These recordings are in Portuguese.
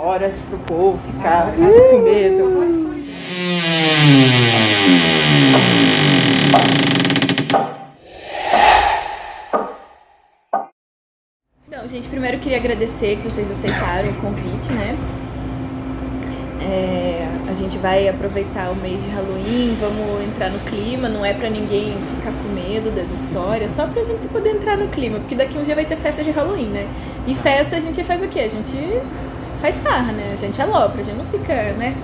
horas pro povo ficar com medo. Então, gente, primeiro eu queria agradecer que vocês aceitaram o convite, né? A gente vai aproveitar o mês de Halloween, vamos entrar no clima, não é pra ninguém ficar com medo das histórias, só pra gente poder entrar no clima, porque daqui um dia vai ter festa de Halloween, né? E festa a gente faz o quê? A gente faz farra, né? A gente alopra, a gente não fica, né?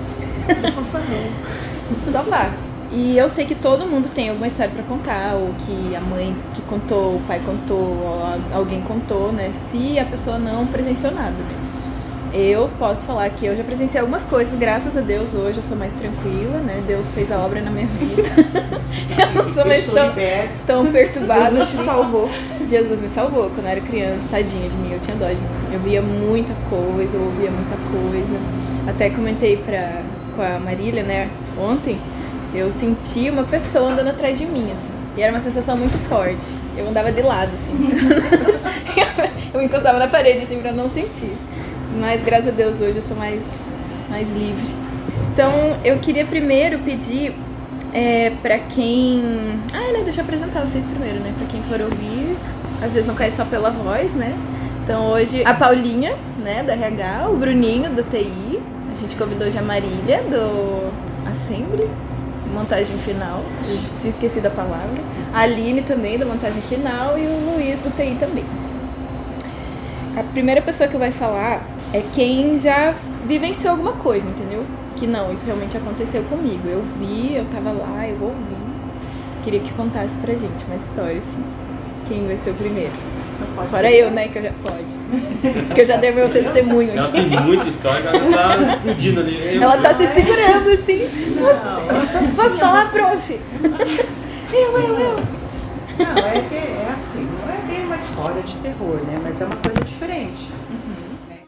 Só farra. E eu sei que todo mundo tem alguma história pra contar, ou que a mãe que contou, o pai contou, ou alguém contou, né? Se a pessoa não presenciou nada, né? Eu posso falar que eu já presenciei algumas coisas, graças a Deus hoje eu sou mais tranquila, né? Deus fez a obra na minha vida. Eu não sou mais tão perturbada. Jesus te salvou. Jesus me salvou. Quando eu era criança, tadinha de mim, eu tinha dó de mim. Eu via muita coisa, eu ouvia muita coisa. Até comentei com a Marília, né, ontem, eu senti uma pessoa andando atrás de mim, assim. E era uma sensação muito forte. Eu andava de lado, assim. Eu encostava na parede, assim, pra não sentir. Mas graças a Deus hoje eu sou mais livre. Então eu queria primeiro pedir pra quem... né, deixa eu apresentar vocês primeiro, né? Pra quem for ouvir, às vezes não cai só pela voz, né? Então hoje a Paulinha, né, da RH, o Bruninho do TI, a gente convidou hoje a Marília do Assembly, montagem final, eu tinha esquecido a palavra, a Aline também da montagem final e o Luiz do TI também. A primeira pessoa que vai falar é quem já vivenciou alguma coisa, entendeu? Que não, isso realmente aconteceu comigo. Eu vi, eu tava lá, eu ouvi. Queria que contasse pra gente uma história, assim. Quem vai ser o primeiro? Fora eu, né, que eu já pode. Que eu já dei meu testemunho aqui. Ela tem muita história, ela tá explodindo ali. Ela tá se segurando, assim. Posso falar, prof? Eu. Não, é assim, não é bem uma história de terror, né? Mas é uma coisa diferente. Né?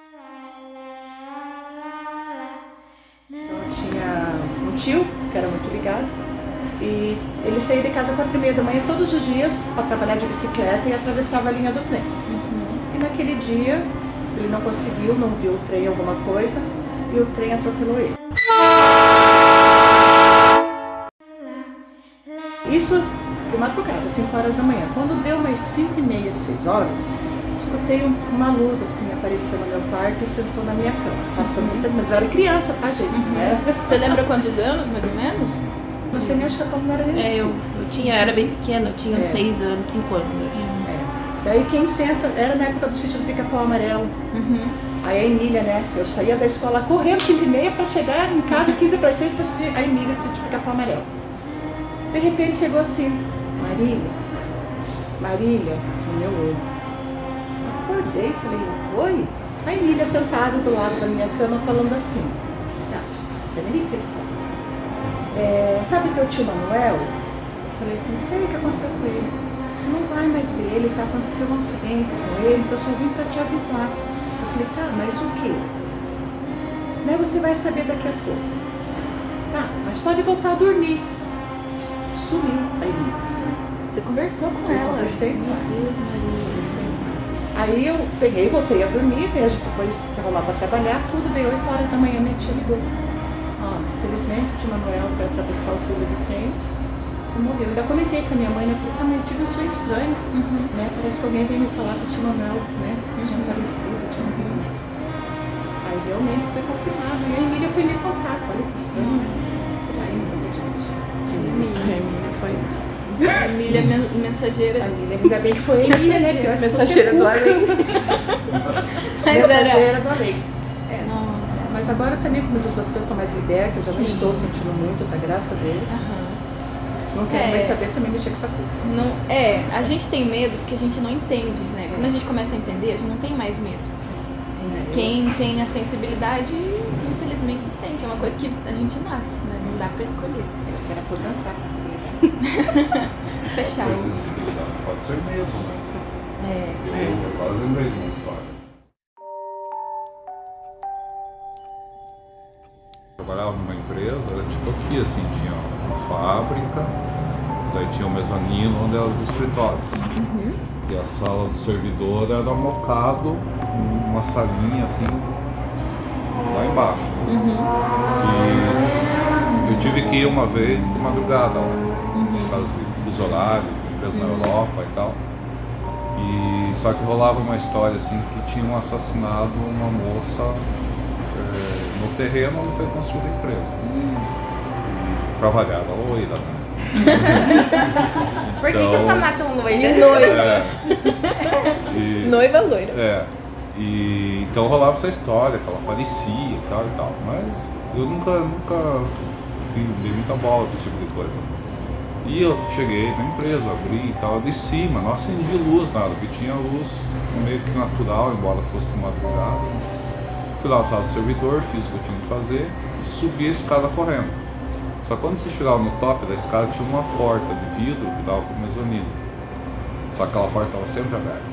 Então eu tinha um tio que era muito ligado e ele saía de casa 4h30 da manhã todos os dias para trabalhar de bicicleta e atravessava a linha do trem. E naquele dia ele não conseguiu, não viu o trem, alguma coisa, e o trem atropelou ele. Isso de madrugada, 5 horas da manhã. Quando deu umas 5h30, 6 horas, escutei uma luz assim aparecer no meu quarto e sentou na minha cama, sabe? Mas eu era criança, tá, gente? Né? Você lembra quantos anos, mais ou menos? Não sei, nem acho que a Paulo não era nem eu era bem pequena, eu tinha uns 6 anos, 5 anos. Daí quem senta, era na época do sítio do Pica-Pau Amarelo. Aí a Emília, né? Eu saía da escola correndo 5h30 para chegar em casa 15 para 6 para assistir a Emília do sítio do Pica-Pau Amarelo. De repente chegou assim, Marília, no meu olho. Acordei, falei, oi? A Emília sentada do lado da minha cama falando assim, Tati, que ele falou, sabe o teu tio Manuel? Eu falei assim, sei o que aconteceu com ele. Você não vai mais ver ele, tá? Aconteceu um acidente com ele, então eu só vim pra te avisar. Eu falei, tá, mas o quê? Né, você vai saber daqui a pouco. Tá, mas pode voltar a dormir. Sumiu a Emília. Você conversou com ela? Eu conversei com ela. Meu Deus, Maria. Aí eu peguei, voltei a dormir, daí a gente foi se arrumar pra trabalhar, tudo, daí 8 horas da manhã minha tia ligou. Infelizmente o tio Manuel foi atravessar o túnel do trem e morreu. Eu ainda comentei com a minha mãe, né? Eu falei assim, mãe, eu tive um sonho estranho, né? Parece que alguém veio me falar que o tio Manuel, né, tinha falecido, tinha morrido. Aí realmente foi confirmado. E a Emília foi me contar, olha que estranho, né? Estranho, né, gente? Emília foi... A Emília mensageira. A Emília, ainda bem que foi a Emília, né? Que eu acho que mensageira do além. Mensageira do além. Nossa. Mas agora também, como diz você, eu tô mais liberta, eu já não estou sentindo muito, tá? Graças a Deus. Não quero mais saber também mexer com essa coisa. Não, a gente tem medo porque a gente não entende, né? Quando a gente começa a entender, a gente não tem mais medo. Quem tem a sensibilidade, infelizmente, sente. É uma coisa que a gente nasce, né? Não dá pra escolher. Eu quero aposentar a sensibilidade. Fechado. Pode ser sensibilidade, pode ser mesmo, né? Eu quase lembrei de uma história. Eu trabalhava numa empresa, era tipo aqui, assim, tinha uma fábrica, daí tinha um mezanino onde eram os escritórios. E a sala do servidor era mocado, uma salinha assim, tive que ir uma vez de madrugada lá, por causa de fuso horário, empresa na Europa e tal. E só que rolava uma história assim que tinham assassinado uma moça no terreno onde foi construída a empresa. E, pra variar, ela loira, né? Por que essa mata um loira? E noiva. Noiva loira. E então rolava essa história, que ela aparecia e tal. Mas eu nunca assim, dei muita bola desse tipo de coisa. E eu cheguei na empresa, abri e tal, de cima, não acendi luz, nada, porque tinha luz meio que natural, embora fosse de madrugada. Fui lá na sala do servidor, fiz o que eu tinha que fazer e subi a escada correndo. Só que quando você chegava no top da escada tinha uma porta de vidro que dava para o mezanino. Só que aquela porta estava sempre aberta.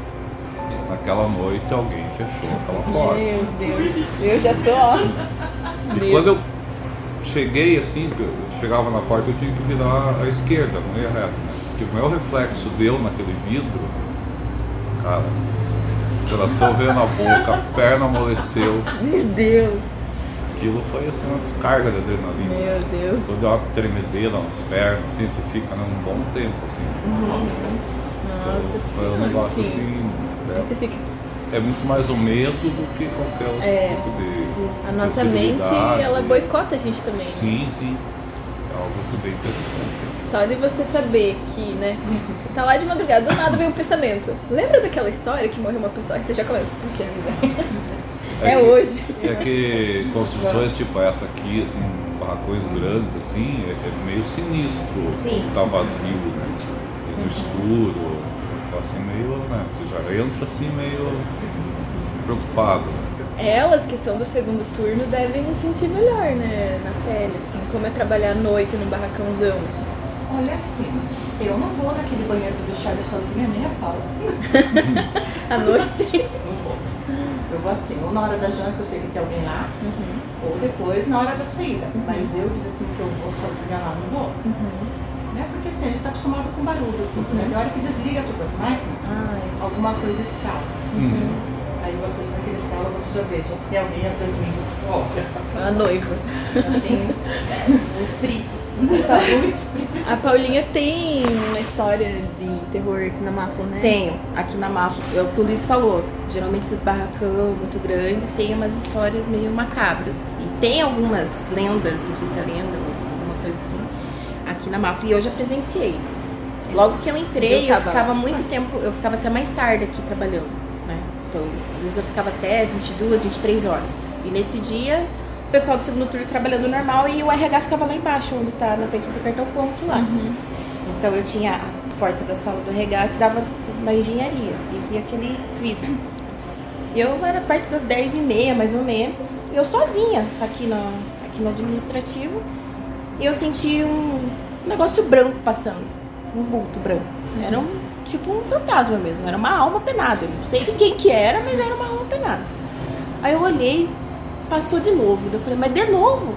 E naquela noite alguém fechou aquela porta. Meu Deus, eu já tô, ó. E quando eu cheguei assim, eu chegava na porta, eu tinha que virar à esquerda, não ia reto, né? Porque o meu reflexo deu naquele vidro, cara, o coração veio na boca, a perna amoleceu. Meu Deus. Aquilo foi assim uma descarga de adrenalina. Meu Deus. Quando deu uma tremedeira nas pernas, assim, você fica um bom tempo, assim. Então, foi um negócio assim. Você fica... É muito mais o medo do que qualquer outro tipo de. A nossa mente, ela boicota a gente também. Sim. É algo assim bem interessante. Só de você saber que, né, você tá lá de madrugada, do nada vem um pensamento. Lembra daquela história que morreu uma pessoa? Aí você já começa, puxa vida. Hoje. É que construções tipo essa aqui, assim, barracões grandes, assim, é meio sinistro. Sim. Tá vazio, né? No escuro, assim meio, né? Você já entra assim meio preocupado. Elas que são do segundo turno devem sentir melhor, né, na pele, assim, como é trabalhar à noite num barracãozão. Assim. Olha assim, eu não vou naquele banheiro do vestiário sozinha nem a pau. À noite? Não vou. Eu vou assim, ou na hora da janta eu sei que tem alguém lá, ou depois na hora da saída. Mas eu dizer assim que eu vou sozinha lá, não vou. Né? Porque assim, a gente tá acostumado com barulho, tudo, né? Na hora que desliga todas as máquinas, alguma coisa estrala. Aí você naquele estralo, você já vê, já tem alguém atrás de mim, você olha. A noiva. Já tem um espírito. A Paulinha tem uma história de terror aqui na Mafra, né? Tenho, aqui na Mafra. É o que o Luiz falou. Geralmente esses barracão muito grande tem umas histórias meio macabras. E tem algumas lendas, não sei se é lenda ou alguma coisa assim, aqui na Mafra. E eu já presenciei. Logo que eu entrei, eu ficava muito tempo, eu ficava até mais tarde aqui trabalhando, né? Então, às vezes eu ficava até 22, 23 horas. E nesse dia, o pessoal do segundo turno trabalhando normal e o RH ficava lá embaixo, onde tá na frente do cartão ponto lá. Então eu tinha a porta da sala do RH que dava na engenharia e aquele vidro. Eu era perto das 10h30, mais ou menos, eu sozinha aqui no administrativo, e eu senti um negócio branco passando, um vulto branco. Era tipo um fantasma mesmo, era uma alma penada. Eu não sei de quem que era, mas era uma alma penada. Aí eu olhei, passou de novo. Eu falei, mas de novo?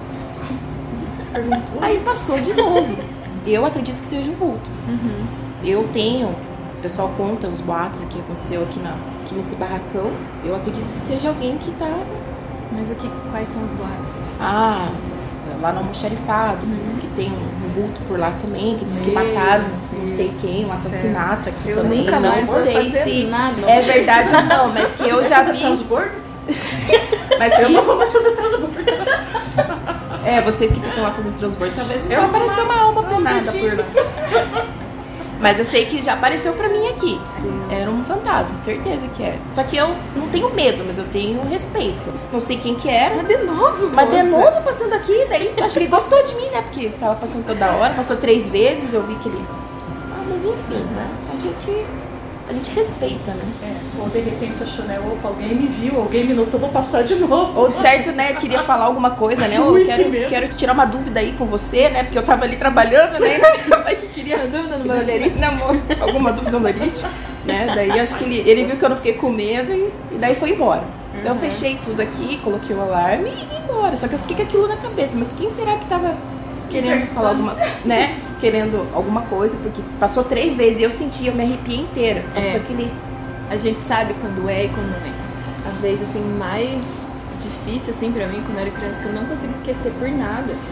Aí passou de novo. Eu acredito que seja um vulto. Eu tenho, o pessoal conta os boatos que aconteceu aqui nesse barracão. Eu acredito que seja alguém que tá... Mas quais são os boatos? Lá no almoxarifado, que tem um vulto por lá também, que diz que mataram não sei quem, um assassinato aqui eu também. Nunca mais não sei se nada, é verdade ou não, mas que eu já vi. Mas eu não vou mais fazer transbordo. Vocês que ficam lá fazendo transbordo, talvez vai aparecer uma alma penada por lá. Mas eu sei que já apareceu pra mim aqui. Era um fantasma, certeza que era. Só que eu não tenho medo, mas eu tenho respeito. Não sei quem que era. Mas de novo, passando aqui, daí acho que ele gostou de mim, né? Porque ficava passando toda hora, passou 3 vezes, eu vi que ele... mas enfim, né? A gente respeita, né? Ou de repente achou, né? Opa, alguém me viu, alguém me notou, vou passar de novo. Ou de certo, né? Queria falar alguma coisa, né? Ou quero tirar uma dúvida aí com você, né? Porque eu tava ali trabalhando, né? Que queria uma dúvida no meu olerite. Alguma dúvida no olerite, né? Daí acho que ele viu que eu não fiquei com medo e daí foi embora. Então eu fechei tudo aqui, coloquei o alarme e vim embora. Só que eu fiquei com aquilo na cabeça. Mas quem será que tava querendo falar alguma, né? Querendo alguma coisa, porque passou 3 vezes e eu senti, eu me arrepiei inteira. Passou aquele... A gente sabe quando é e quando não é. A vez, assim, mais difícil, assim, pra mim, quando eu era criança, que eu não consigo esquecer por nada,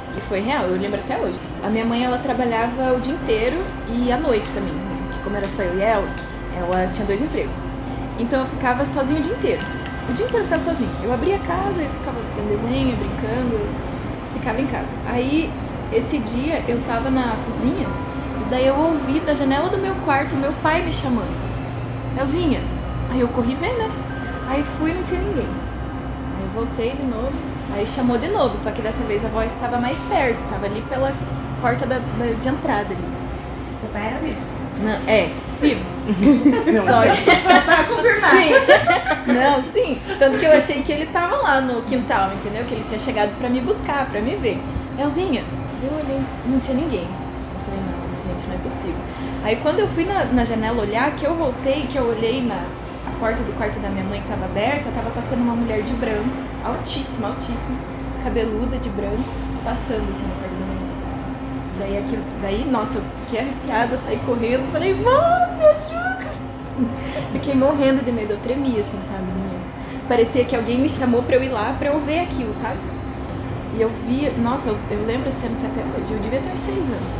E foi real, eu lembro até hoje. A minha mãe, ela trabalhava o dia inteiro e à noite também, né? Porque como era só eu e ela tinha 2 empregos. Então eu ficava sozinha o dia inteiro. O dia inteiro eu ficava sozinha. Eu abria a casa, eu ficava vendo desenho, brincando, ficava em casa. Aí, esse dia, eu tava na cozinha e daí eu ouvi da janela do meu quarto meu pai me chamando. Elzinha. Aí eu corri ver, né? Aí fui e não tinha ninguém. Aí eu voltei de novo. Aí chamou de novo, só que dessa vez a voz estava mais perto, estava ali pela porta de entrada ali. Seu pai era vivo? Não, vivo. Só Só pra confirmar. Sim. Não, sim. Tanto que eu achei que ele tava lá no quintal, entendeu? Que ele tinha chegado pra me buscar, pra me ver. Elzinha, eu olhei, não tinha ninguém. Eu falei, não, gente, não é possível. Aí quando eu fui na janela olhar, que eu voltei, que eu olhei a porta do quarto da minha mãe que tava aberta, tava passando uma mulher de branco, altíssima, cabeluda de branco, passando assim no quarto da minha mãe. Daí, nossa, eu fiquei arrepiada, saí correndo, falei, vó, me ajuda. Fiquei morrendo de medo, eu tremia assim, sabe, de medo. Parecia que alguém me chamou pra eu ir lá, pra eu ver aquilo, sabe? E eu vi, nossa, eu lembro esse ano até hoje, eu devia ter uns 6 anos.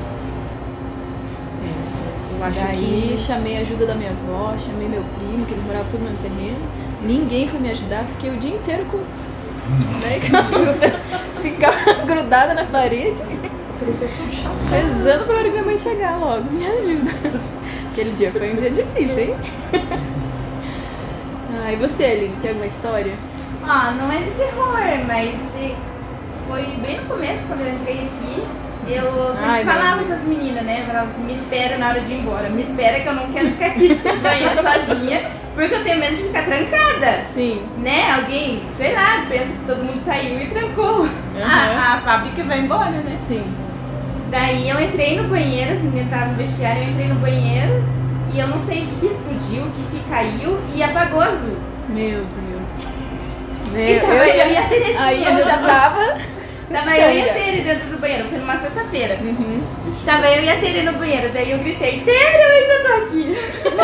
Eu acho Daí que... chamei a ajuda da minha avó, chamei meu primo, que eles moravam tudo no mesmo terreno. Ninguém foi me ajudar, fiquei o dia inteiro com... Ficava grudada na parede. Oferecesse um chá. Rezando pra hora que minha mãe chegar logo, me ajuda. Aquele dia foi um dia difícil, hein? E você, Aline, tem alguma história? Não é de terror, mas foi bem no começo, quando eu entrei aqui. Eu sempre falava com as meninas, né? Falava assim, me espera na hora de ir embora. Me espera que eu não quero ficar aqui no banheiro sozinha, porque eu tenho medo de ficar trancada. Sim. Né? Alguém, sei lá, pensa que todo mundo saiu e trancou. A fábrica vai embora, né? Sim. Daí eu entrei no banheiro, assim, eu tava no vestiário, eu entrei no banheiro e eu não sei o que explodiu, o que caiu e apagou as luzes. Meu Deus. Então, eu ia ter Aí eu já tava... Tava eu e a Tere dentro do banheiro, foi numa sexta-feira. Tava eu e a Tere no banheiro, daí eu gritei, Tere, eu ainda tô aqui.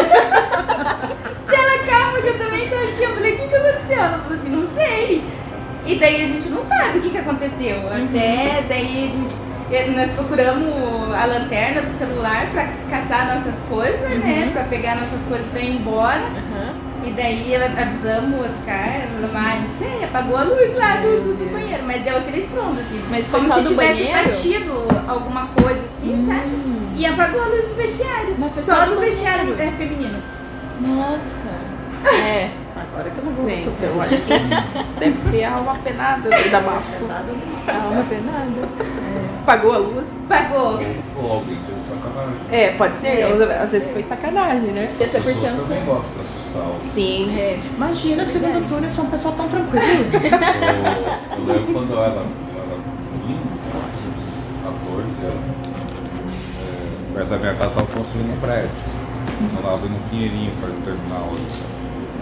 Ela, calma que eu também tô aqui. Eu falei, o que aconteceu? Ela falou assim, não sei. E daí a gente não sabe o que aconteceu. Até daí nós procuramos a lanterna do celular pra caçar nossas coisas, né? Pra pegar nossas coisas pra ir embora. E daí avisamos os caras, não sei, apagou a luz lá do banheiro, mas deu aquele estrondo, assim. Mas como só se do tivesse banheiro? batido alguma coisa assim, sabe? E apagou a luz do vestiário. Mas só do do vestiário banheiro. feminino. Nossa. Agora que eu não vou Gente, ver eu acho que deve ser a alma penada da Mafo. Alma penada. Apagou a luz? Pagou. Ou alguém fez sacanagem. Pode ser. Às vezes foi sacanagem, né? Ter essa As pessoas percepção. também gostam de assustar alguém. Sim. Imagina, segundo turno, são um pessoal tão tranquilo. Eu lembro quando eu era menino, 14 anos, perto da minha casa estava construindo um prédio. Eu estava no Pinheirinho para terminar a obra.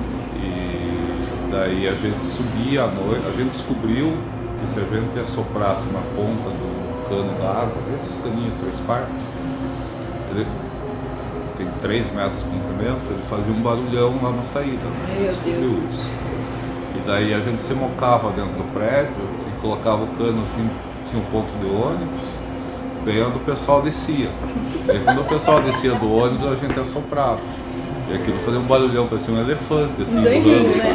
E daí a gente subia à noite, a gente descobriu que se a gente assoprasse na ponta do cano da água, esses caninhos 3/4, ele tem 3 metros de comprimento, ele fazia um barulhão lá na saída. Meu Deus. Isso. E daí a gente se mocava dentro do prédio e colocava o cano assim, tinha um ponto de ônibus, bem onde o pessoal descia. E aí, quando o pessoal descia do ônibus, a gente assoprava. E aquilo fazia um barulhão, parecia um elefante, assim, voando, né?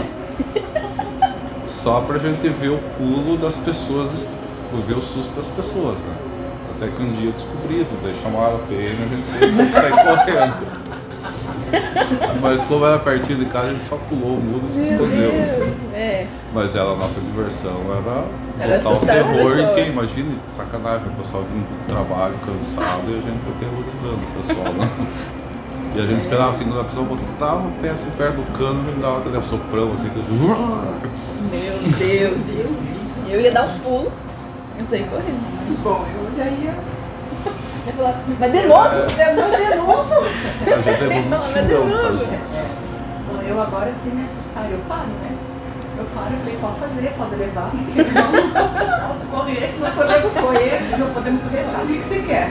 Só pra gente ver o pulo das pessoas, ver o susto das pessoas, né? Até que um dia descobriram, daí chamaram a PM e a gente sempre saiu correndo. Mas como era pertinho de casa, a gente só pulou o muro e se escondeu. Mas a nossa diversão era botar o assustar as terror em pessoas. quem, imagine, sacanagem, o pessoal vindo do trabalho cansado e a gente aterrorizando o pessoal, né? E a gente esperava assim, quando a pessoa botava o pé assim perto do cano, a gente dava aquele assoprão assim, Meu Deus. Eu ia dar um pulo, eu saí correndo. Bom, eu já ia. Eu ia falar, mas de novo? De novo? a gente levou muito xingão pra gente. Bom, eu agora, se me assustar, eu paro, né? Eu paro e falei, pode fazer, pode levar, porque não posso correr. Não podemos correr, tá? O que você quer?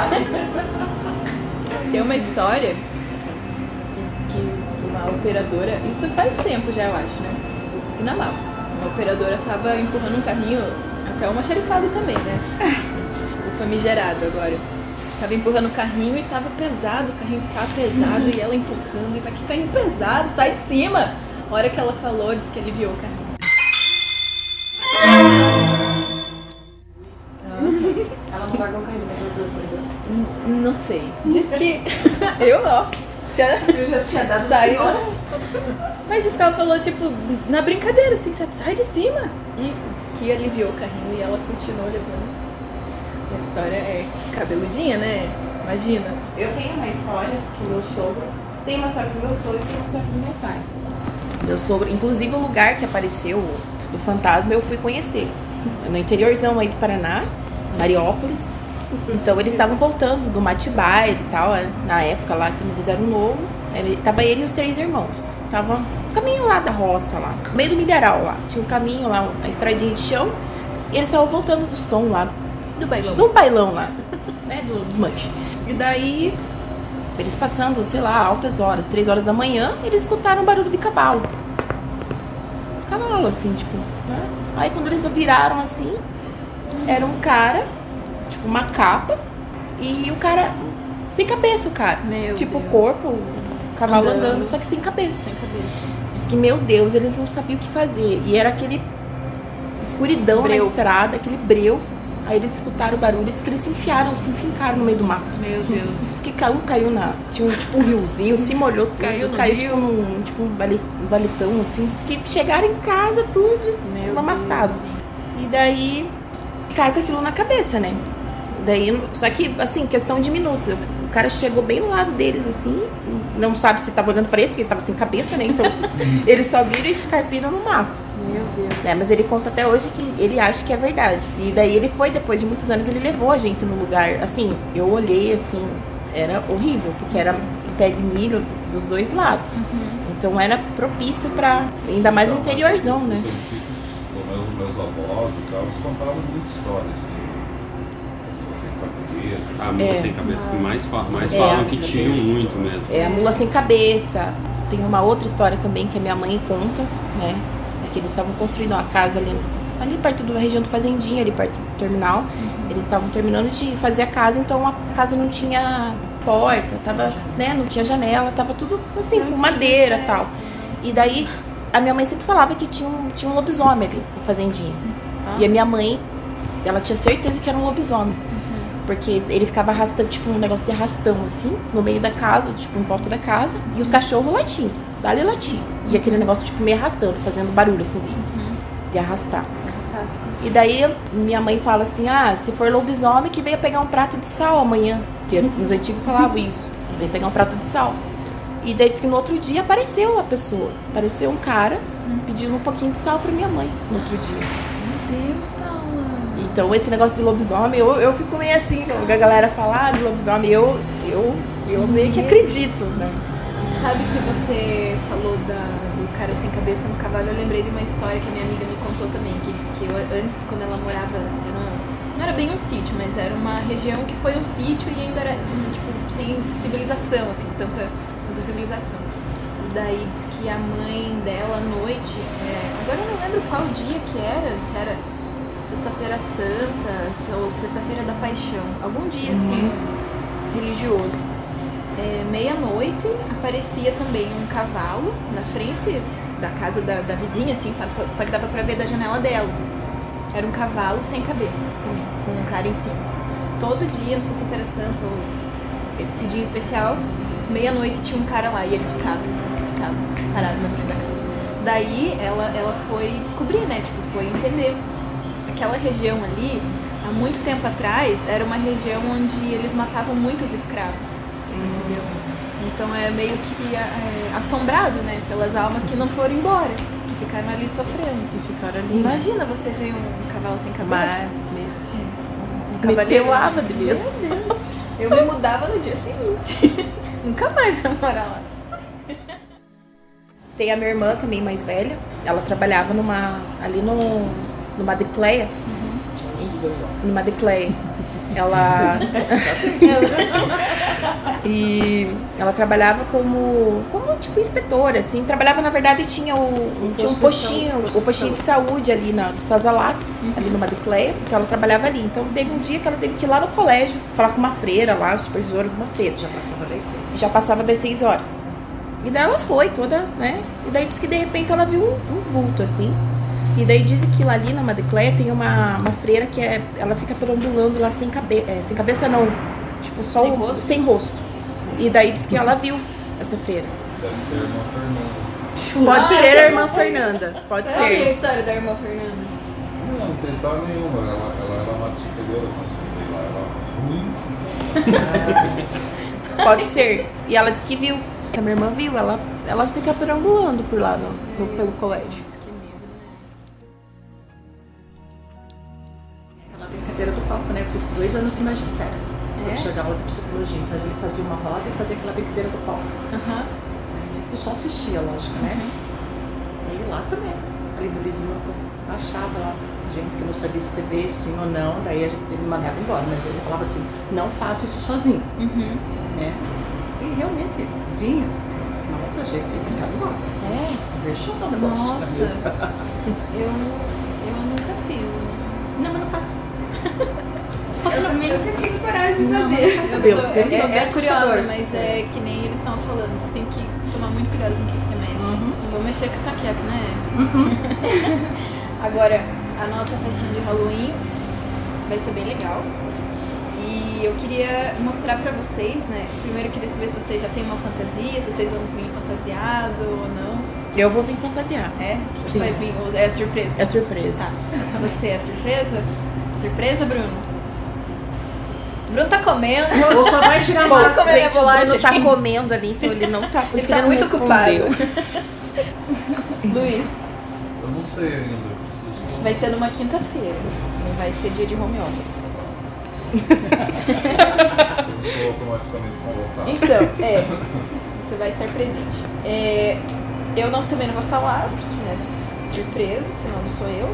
Tem uma história que uma operadora, isso faz tempo já, eu acho, né? Aqui na Mafra. Uma operadora tava empurrando um carrinho Até o almoxarifado também, né? O famigerado agora. Tava empurrando o carrinho e tava pesado, o carrinho estava pesado e ela empurrando. E vai, que carrinho pesado, sai de cima! A hora que ela falou, disse que aliviou o carrinho. Ela não largou o carrinho, mas jogou o corredor. Não sei. Diz que. Eu não. Eu já tinha dado Saiu. Mas disse que ela falou, tipo, na brincadeira, assim, sabe? Sai de cima! E disse que aliviou o carrinho e ela continuou levando. A história é cabeludinha, né? Imagina. Eu tenho uma história com meu sogro. Tem uma história com meu sogro e tem uma história com meu pai. Meu sogro, inclusive o lugar que apareceu do fantasma, eu fui conhecer. No interiorzão aí do Paraná, Mariópolis. Então eles estavam voltando do Matibaia e tal, na época lá que eles eram novo. Tava ele e os 3 irmãos. Tava no caminho lá da roça, lá, no meio do mineral lá. Tinha um caminho lá, uma estradinha de chão. E eles estavam voltando do som lá. Do bailão lá, né, do desmanche. E daí, eles passando, sei lá, altas horas, 3 horas da manhã, eles escutaram um barulho de cavalo. Cavalo, assim, tipo, né? Aí quando eles viraram assim, era um cara, tipo, uma capa, e o cara, sem cabeça o cara. Meu tipo, Deus. O corpo, o cavalo andando, só que sem cabeça. Sem cabeça. Diz que, meu Deus, eles não sabiam o que fazer. E era aquele escuridão Breu. na estrada, aquele breu. Aí eles escutaram o barulho e diz que eles se enfincaram no meio do mato. Meu Deus. Diz que caiu na... Tinha tipo um riozinho, se molhou tudo. Caiu tipo um valetão, assim. Diz que chegaram em casa tudo amassado. E daí ficaram com aquilo na cabeça, né? Daí, só que, assim, questão de minutos. O cara chegou bem no lado deles, assim. Não sabe se tava olhando pra eles, porque ele tava sem cabeça, né? Então, eles só viram e carpiram no mato. Meu Deus. Mas ele conta até hoje que ele acha que é verdade. E daí ele foi, depois de muitos anos, ele levou a gente no lugar. Assim, eu olhei, assim, era horrível, porque era pé de milho dos 2 lados. Então era propício pra, ainda mais interiorzão, né? Pelo menos os meus avós e tal, eles contavam muita história, assim. A mula sem cabeça que mais falam que tinham muito mesmo. É, a mula sem cabeça. Tem uma outra história também que a minha mãe conta, né? Que eles estavam construindo uma casa ali perto da região do Fazendinha, ali perto do terminal. Eles estavam terminando de fazer a casa, então a casa não tinha porta, tava, né, não tinha janela, tava tudo assim, com madeira e tal. E daí a minha mãe sempre falava que tinha um lobisomem ali no Fazendinha. E a minha mãe, ela tinha certeza que era um lobisomem. Porque ele ficava arrastando, tipo um negócio de arrastão, assim, no meio da casa, tipo, em volta da casa. E os cachorros latindo, dali latindo. E aquele negócio, tipo, meio arrastando, fazendo barulho, assim, de arrastar. E daí minha mãe fala assim, se for lobisomem, que venha pegar um prato de sal amanhã. Porque nos antigos falavam isso. Vem pegar um prato de sal. E daí diz que no outro dia apareceu a pessoa. Apareceu um cara pedindo um pouquinho de sal pra minha mãe no outro dia. Meu Deus, Paula. Então esse negócio de lobisomem, eu fico meio assim, a galera fala de lobisomem, eu meio que acredito, né? Sabe que você falou do cara sem cabeça no cavalo? Eu lembrei de uma história que a minha amiga me contou também, que disse que antes, quando ela morava, não era bem um sítio, mas era uma região que foi um sítio e ainda era, tipo, sem civilização, assim, tanta civilização. E daí disse que a mãe dela à noite, agora eu não lembro qual dia que era, se era Sexta-feira Santa ou Sexta-feira da Paixão, algum dia assim, religioso. Meia-noite aparecia também um cavalo na frente da casa da vizinha, assim, sabe? Só que dava pra ver da janela delas. Era um cavalo sem cabeça também, com um cara em cima. Todo dia, na Sexta-feira Santa ou esse dia especial, meia-noite tinha um cara lá e ele ficava parado na frente da casa. Daí ela foi descobrir, né? Tipo, foi entender. Aquela região ali, há muito tempo atrás, era uma região onde eles matavam muitos escravos, entendeu? Então é meio que assombrado, né? Pelas almas que não foram embora, que ficaram ali sofrendo. Que ficaram ali. Imagina você ver um cavalo sem cabeça. Um Me cavaleiro. pelava de medo. Meu Deus. Eu me mudava no dia seguinte. Nunca mais ia morar lá. Tem a minha irmã também, mais velha. Ela trabalhava numa Decleia. Numa Decleia. Ela e ela trabalhava como tipo inspetora, assim. Trabalhava, na verdade, tinha um postinho, o postinho de saúde ali dos Sazalates, ali no Madecleia. Então ela trabalhava ali. Então teve um dia que ela teve que ir lá no colégio falar com uma freira lá, o supervisor de uma freira. Já passava das 6 horas. E daí ela foi toda, né? E daí disse que de repente ela viu um vulto, assim. E daí diz que lá ali na Madecleia tem uma freira que ela fica perambulando lá sem cabeça não, tipo só sem rosto. E daí diz que ela viu essa freira. Deve ser a irmã Fernanda. Pode ser a irmã Fernanda, pode Qual que é a ser. história da irmã Fernanda? Não tem história nenhuma. Ela era uma superiora quando você veio lá. Ela era ruim. Pode ser. E ela disse que viu. A minha irmã viu, ela fica perambulando por lá pelo colégio. Brincadeira do copo, né? Eu fiz 2 anos de magistério. Professor de aula de psicologia. Então ele fazia uma roda e fazia aquela brincadeira do copo. A gente só assistia, lógico, né? E lá também. Ali no vizinho eu achava lá gente que não sabia escrever sim ou não. Daí ele me mandava embora. Mas ele falava assim, não faça isso sozinho. Né? E realmente vinha. Nossa, a gente ficava embora. Deixou o negócio na mesa. Eu nunca fiz. Não, mas não faço. Eu também nunca tive coragem de fazer. Eu sou bem curiosa, assustador. mas é que nem eles estavam falando, você tem que tomar muito cuidado com o que você mexe. Não vou mexer que tá quieto, né? Agora, a nossa festinha de Halloween vai ser bem legal. E eu queria mostrar pra vocês, né? Primeiro eu queria saber se vocês já têm uma fantasia, se vocês vão vir fantasiado ou não. Eu vou vir fantasiar. É? Sim. Vai vir, é a surpresa? É surpresa. Tá. Você é a surpresa? Surpresa, Bruno? Bruno tá comendo. Ou só vai tirar Deixa eu máscara. comer minha Gente, o bolacha Bruno tá aqui. comendo ali, então ele não tá. Por Ele isso que tá ele não muito respondeu. Luiz, Eu não sei ainda. vai ser numa quinta-feira. Não vai ser dia de home office. Eu vou automaticamente convocar. Então, você vai estar presente. Eu também não vou falar, porque né, surpresa, senão não sou eu.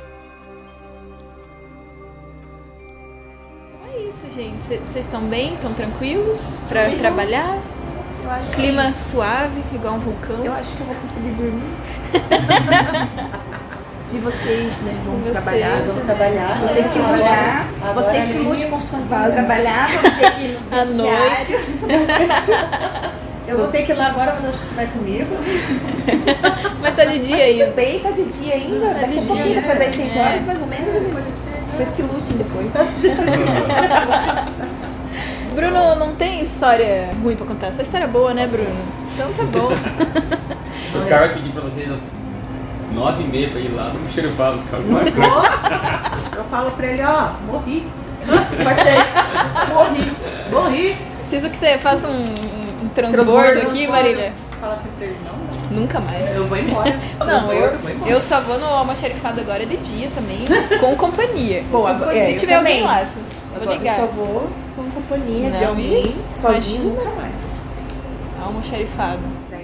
Então é isso, gente. Vocês estão bem? Estão tranquilos pra trabalhar? Eu acho Clima suave, igual um vulcão. Eu acho que eu vou conseguir dormir. E vocês, né? Vão Vocês. trabalhar. Vamos trabalhar. Vocês que Agora- lutem. Vocês que lutem com os fantasmas. Trabalhar, vamos ter que ir no À noite. Eu vou ter que ir lá agora, mas acho que você vai comigo. Mas tá de dia ainda. Bem, tá de dia ainda. Tá Daqui de a pouquinho, dia, depois das 6 é. horas, mais ou menos. Vocês que lutem depois. Bruno não tem história ruim pra contar, só história boa, né, Bruno? Então tá bom. Os caras vão pedir pra vocês às 9h30 pra ir lá no xerifado, os caras vão Eu falo pra ele, ó, morri. Morri. Preciso que você faça um transbordo aqui, Marília. Fala assim pra ele, não. Nunca mais. Eu vou embora. Não, vou embora. eu só vou no almoxarifado agora de dia também, com companhia. Bom, agora, Se eu tiver alguém também. lá, vou Agora, ligar. eu só vou com companhia de Não, alguém. Sozinho, imagina. nunca mais. Almoxarifado.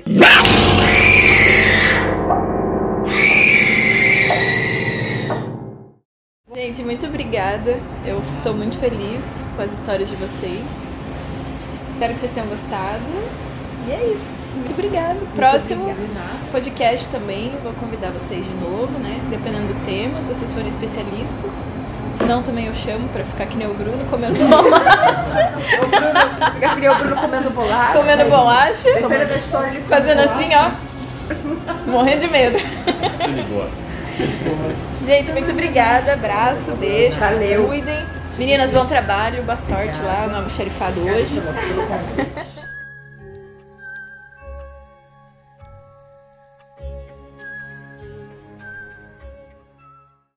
Gente, muito obrigada. Eu tô muito feliz com as histórias de vocês. Espero que vocês tenham gostado. E é isso. Muito obrigada. Próximo podcast também, eu vou convidar vocês de novo, né? Dependendo do tema, se vocês forem especialistas. Se não, também eu chamo pra ficar que nem o Bruno, comendo bolacha. Fica que nem o Bruno comendo bolacha. Comendo bolacha. Depende da história, ele Fazendo assim, ó. Morrendo de medo. Tudo de boa. Gente, muito obrigada. Abraço, beijo. Valeu. Se cuidem. Meninas, bom trabalho. Boa sorte lá no almoxarifado hoje.